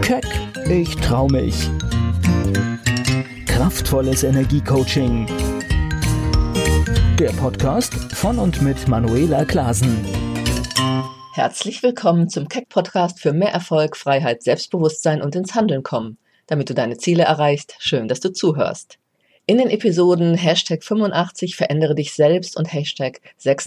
Keck, ich trau mich. Kraftvolles Energiecoaching. Der Podcast von und mit Manuela Klasen. Herzlich willkommen zum Keck-Podcast für mehr Erfolg, Freiheit, Selbstbewusstsein und ins Handeln kommen. Damit du deine Ziele erreichst, schön, dass du zuhörst. In den Episoden Hashtag 85 verändere dich selbst und Hashtag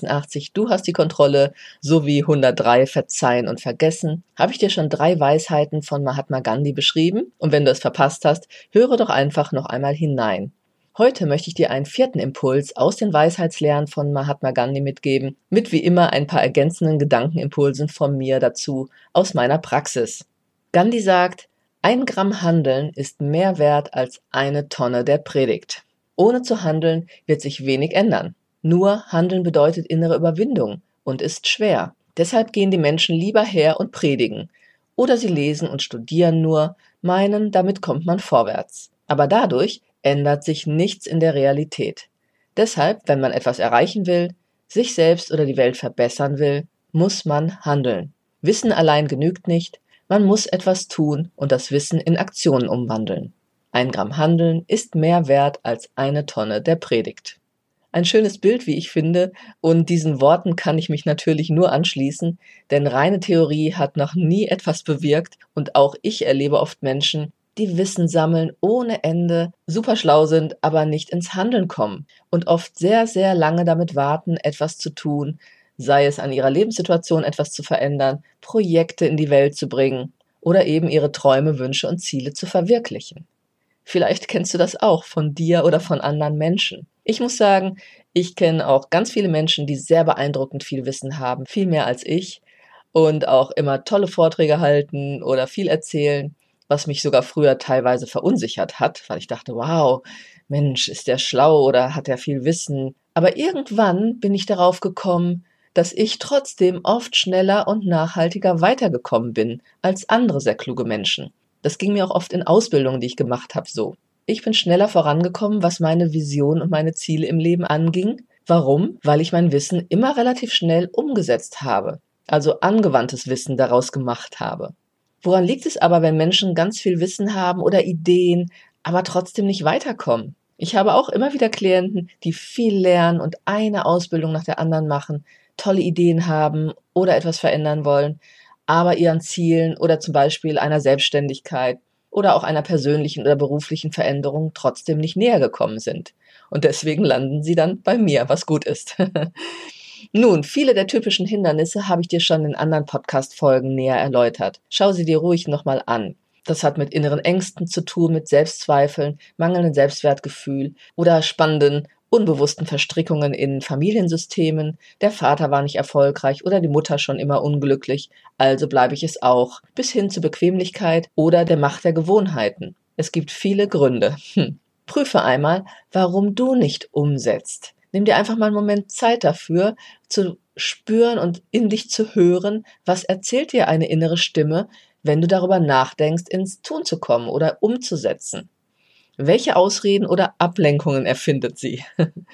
86 du hast die Kontrolle sowie 103 verzeihen und vergessen habe ich dir schon 3 Weisheiten von Mahatma Gandhi beschrieben und wenn du es verpasst hast, höre doch einfach noch einmal hinein. Heute möchte ich dir einen 4. Impuls aus den Weisheitslehren von Mahatma Gandhi mitgeben, mit wie immer ein paar ergänzenden Gedankenimpulsen von mir dazu aus meiner Praxis. Gandhi sagt: 1 Gramm Handeln ist mehr wert als 1 Tonne der Predigt. Ohne zu handeln wird sich wenig ändern. Nur Handeln bedeutet innere Überwindung und ist schwer. Deshalb gehen die Menschen lieber her und predigen. Oder sie lesen und studieren nur, meinen, damit kommt man vorwärts. Aber dadurch ändert sich nichts in der Realität. Deshalb, wenn man etwas erreichen will, sich selbst oder die Welt verbessern will, muss man handeln. Wissen allein genügt nicht. Man muss etwas tun und das Wissen in Aktionen umwandeln. 1 Gramm Handeln ist mehr wert als 1 Tonne der Predigt. Ein schönes Bild, wie ich finde, und diesen Worten kann ich mich natürlich nur anschließen, denn reine Theorie hat noch nie etwas bewirkt und auch ich erlebe oft Menschen, die Wissen sammeln ohne Ende, super schlau sind, aber nicht ins Handeln kommen und oft sehr, sehr lange damit warten, etwas zu tun, sei es an ihrer Lebenssituation etwas zu verändern, Projekte in die Welt zu bringen oder eben ihre Träume, Wünsche und Ziele zu verwirklichen. Vielleicht kennst du das auch von dir oder von anderen Menschen. Ich muss sagen, ich kenne auch ganz viele Menschen, die sehr beeindruckend viel Wissen haben, viel mehr als ich und auch immer tolle Vorträge halten oder viel erzählen, was mich sogar früher teilweise verunsichert hat, weil ich dachte, wow, Mensch, ist der schlau oder hat er viel Wissen? Aber irgendwann bin ich darauf gekommen, dass ich trotzdem oft schneller und nachhaltiger weitergekommen bin als andere sehr kluge Menschen. Das ging mir auch oft in Ausbildungen, die ich gemacht habe, so. Ich bin schneller vorangekommen, was meine Vision und meine Ziele im Leben anging. Warum? Weil ich mein Wissen immer relativ schnell umgesetzt habe, also angewandtes Wissen daraus gemacht habe. Woran liegt es aber, wenn Menschen ganz viel Wissen haben oder Ideen, aber trotzdem nicht weiterkommen? Ich habe auch immer wieder Klienten, die viel lernen und eine Ausbildung nach der anderen machen, tolle Ideen haben oder etwas verändern wollen, aber ihren Zielen oder zum Beispiel einer Selbstständigkeit oder auch einer persönlichen oder beruflichen Veränderung trotzdem nicht näher gekommen sind. Und deswegen landen sie dann bei mir, was gut ist. Nun, viele der typischen Hindernisse habe ich dir schon in anderen Podcast-Folgen näher erläutert. Schau sie dir ruhig nochmal an. Das hat mit inneren Ängsten zu tun, mit Selbstzweifeln, mangelndem Selbstwertgefühl oder spannenden, unbewussten Verstrickungen in Familiensystemen. Der Vater war nicht erfolgreich oder die Mutter schon immer unglücklich, also bleibe ich es auch. Bis hin zur Bequemlichkeit oder der Macht der Gewohnheiten. Es gibt viele Gründe. Prüfe einmal, warum du nicht umsetzt. Nimm dir einfach mal einen Moment Zeit dafür, zu spüren und in dich zu hören, was erzählt dir eine innere Stimme, wenn du darüber nachdenkst, ins Tun zu kommen oder umzusetzen. Welche Ausreden oder Ablenkungen erfindet sie?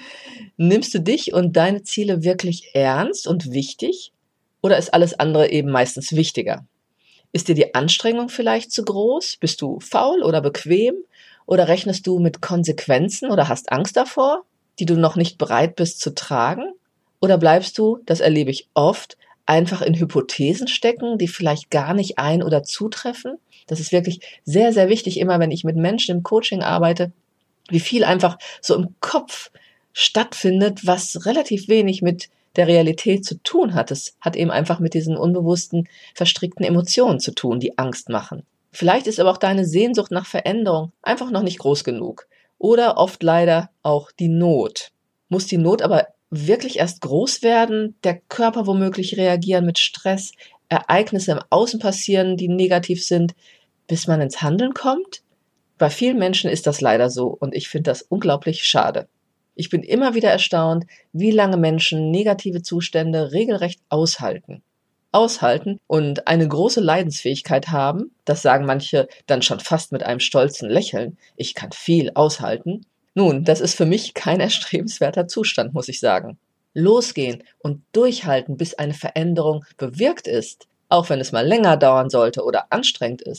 Nimmst du dich und deine Ziele wirklich ernst und wichtig? Oder ist alles andere eben meistens wichtiger? Ist dir die Anstrengung vielleicht zu groß? Bist du faul oder bequem? Oder rechnest du mit Konsequenzen oder hast Angst davor, die du noch nicht bereit bist zu tragen? Oder bleibst du, das erlebe ich oft, einfach in Hypothesen stecken, die vielleicht gar nicht ein- oder zutreffen? Das ist wirklich sehr, sehr wichtig, immer wenn ich mit Menschen im Coaching arbeite, wie viel einfach so im Kopf stattfindet, was relativ wenig mit der Realität zu tun hat. Es hat eben einfach mit diesen unbewussten, verstrickten Emotionen zu tun, die Angst machen. Vielleicht ist aber auch deine Sehnsucht nach Veränderung einfach noch nicht groß genug. Oder oft leider auch die Not. Muss die Not aber wirklich erst groß werden, der Körper womöglich reagieren mit Stress, Ereignisse im Außen passieren, die negativ sind, bis man ins Handeln kommt? Bei vielen Menschen ist das leider so und ich finde das unglaublich schade. Ich bin immer wieder erstaunt, wie lange Menschen negative Zustände regelrecht aushalten. Aushalten und eine große Leidensfähigkeit haben, das sagen manche dann schon fast mit einem stolzen Lächeln, ich kann viel aushalten. Nun, das ist für mich kein erstrebenswerter Zustand, muss ich sagen. Losgehen und durchhalten, bis eine Veränderung bewirkt ist, auch wenn es mal länger dauern sollte oder anstrengend ist,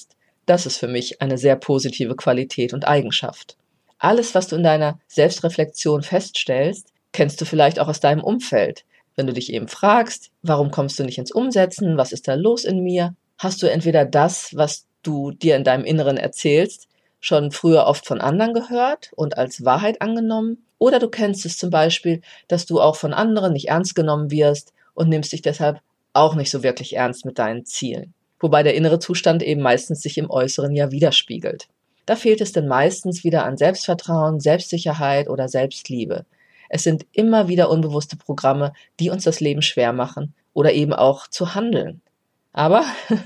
Das ist für mich eine sehr positive Qualität und Eigenschaft. Alles, was du in deiner Selbstreflexion feststellst, kennst du vielleicht auch aus deinem Umfeld. Wenn du dich eben fragst, warum kommst du nicht ins Umsetzen, was ist da los in mir, hast du entweder das, was du dir in deinem Inneren erzählst, schon früher oft von anderen gehört und als Wahrheit angenommen, oder du kennst es zum Beispiel, dass du auch von anderen nicht ernst genommen wirst und nimmst dich deshalb auch nicht so wirklich ernst mit deinen Zielen. Wobei der innere Zustand eben meistens sich im Äußeren ja widerspiegelt. Da fehlt es dann meistens wieder an Selbstvertrauen, Selbstsicherheit oder Selbstliebe. Es sind immer wieder unbewusste Programme, die uns das Leben schwer machen oder eben auch zu handeln. Aber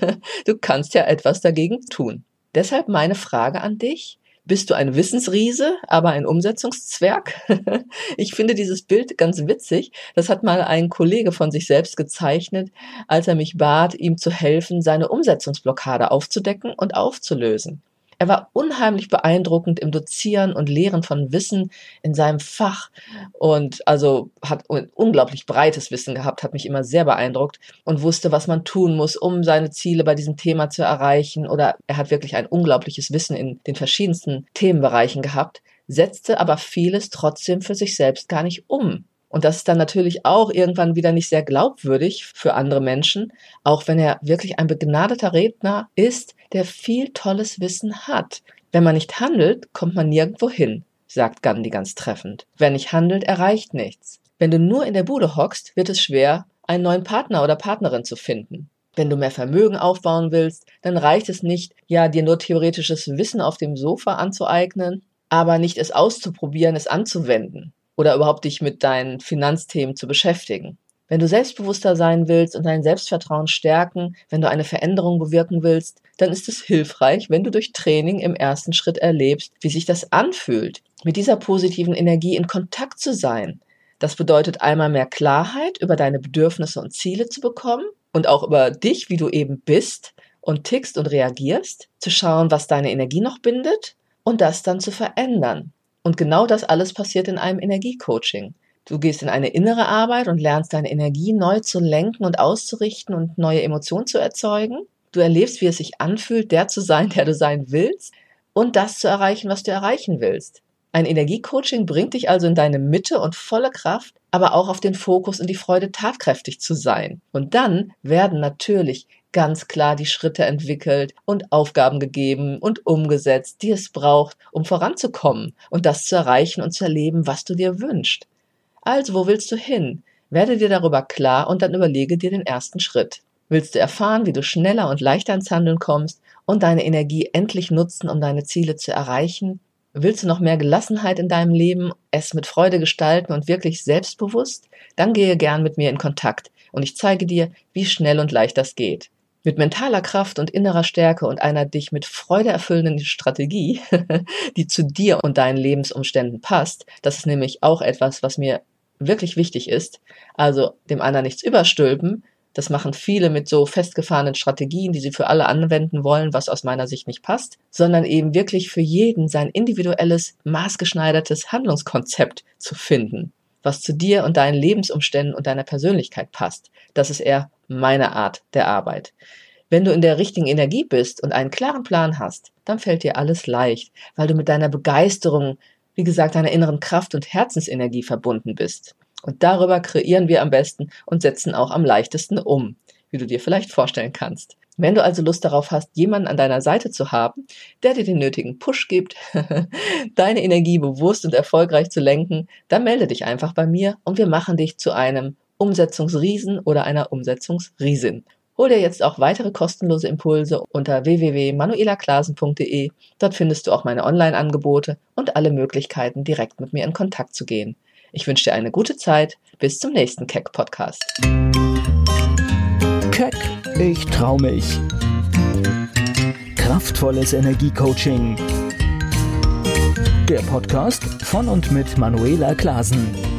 du kannst ja etwas dagegen tun. Deshalb meine Frage an dich: Bist du ein Wissensriese, aber ein Umsetzungszwerg? Ich finde dieses Bild ganz witzig. Das hat mal ein Kollege von sich selbst gezeichnet, als er mich bat, ihm zu helfen, seine Umsetzungsblockade aufzudecken und aufzulösen. Er war unheimlich beeindruckend im Dozieren und Lehren von Wissen in seinem Fach und also hat ein unglaublich breites Wissen gehabt, hat mich immer sehr beeindruckt und wusste, was man tun muss, um seine Ziele bei diesem Thema zu erreichen. Oder er hat wirklich ein unglaubliches Wissen in den verschiedensten Themenbereichen gehabt, setzte aber vieles trotzdem für sich selbst gar nicht um. Und das ist dann natürlich auch irgendwann wieder nicht sehr glaubwürdig für andere Menschen, auch wenn er wirklich ein begnadeter Redner ist, der viel tolles Wissen hat. Wenn man nicht handelt, kommt man nirgendwo hin, sagt Gandhi ganz treffend. Wer nicht handelt, erreicht nichts. Wenn du nur in der Bude hockst, wird es schwer, einen neuen Partner oder Partnerin zu finden. Wenn du mehr Vermögen aufbauen willst, dann reicht es nicht, ja, dir nur theoretisches Wissen auf dem Sofa anzueignen, aber nicht es auszuprobieren, es anzuwenden. Oder überhaupt dich mit deinen Finanzthemen zu beschäftigen. Wenn du selbstbewusster sein willst und dein Selbstvertrauen stärken, wenn du eine Veränderung bewirken willst, dann ist es hilfreich, wenn du durch Training im ersten Schritt erlebst, wie sich das anfühlt, mit dieser positiven Energie in Kontakt zu sein. Das bedeutet einmal mehr Klarheit über deine Bedürfnisse und Ziele zu bekommen und auch über dich, wie du eben bist und tickst und reagierst, zu schauen, was deine Energie noch bindet und das dann zu verändern. Und genau das alles passiert in einem Energiecoaching. Du gehst in eine innere Arbeit und lernst deine Energie neu zu lenken und auszurichten und neue Emotionen zu erzeugen. Du erlebst, wie es sich anfühlt, der zu sein, der du sein willst und das zu erreichen, was du erreichen willst. Ein Energiecoaching bringt dich also in deine Mitte und volle Kraft, aber auch auf den Fokus und die Freude, tatkräftig zu sein. Und dann werden natürlich ganz klar die Schritte entwickelt und Aufgaben gegeben und umgesetzt, die es braucht, um voranzukommen und das zu erreichen und zu erleben, was du dir wünschst. Also, wo willst du hin? Werde dir darüber klar und dann überlege dir den ersten Schritt. Willst du erfahren, wie du schneller und leichter ins Handeln kommst und deine Energie endlich nutzen, um deine Ziele zu erreichen? Willst du noch mehr Gelassenheit in deinem Leben, es mit Freude gestalten und wirklich selbstbewusst? Dann gehe gern mit mir in Kontakt und ich zeige dir, wie schnell und leicht das geht. Mit mentaler Kraft und innerer Stärke und einer dich mit Freude erfüllenden Strategie, die zu dir und deinen Lebensumständen passt, das ist nämlich auch etwas, was mir wirklich wichtig ist. Also dem anderen nichts überstülpen, das machen viele mit so festgefahrenen Strategien, die sie für alle anwenden wollen, was aus meiner Sicht nicht passt, sondern eben wirklich für jeden sein individuelles, maßgeschneidertes Handlungskonzept zu finden, was zu dir und deinen Lebensumständen und deiner Persönlichkeit passt. Das ist eher meine Art der Arbeit. Wenn du in der richtigen Energie bist und einen klaren Plan hast, dann fällt dir alles leicht, weil du mit deiner Begeisterung, wie gesagt, deiner inneren Kraft und Herzensenergie verbunden bist. Und darüber kreieren wir am besten und setzen auch am leichtesten um, wie du dir vielleicht vorstellen kannst. Wenn du also Lust darauf hast, jemanden an deiner Seite zu haben, der dir den nötigen Push gibt, deine Energie bewusst und erfolgreich zu lenken, dann melde dich einfach bei mir und wir machen dich zu einem Umsetzungsriesen oder einer Umsetzungsriesin. Hol dir jetzt auch weitere kostenlose Impulse unter www.manuelaklasen.de. Dort findest du auch meine Online-Angebote und alle Möglichkeiten, direkt mit mir in Kontakt zu gehen. Ich wünsche dir eine gute Zeit. Bis zum nächsten Keck-Podcast. Keck, ich trau mich. Kraftvolles Energiecoaching. Der Podcast von und mit Manuela Klasen.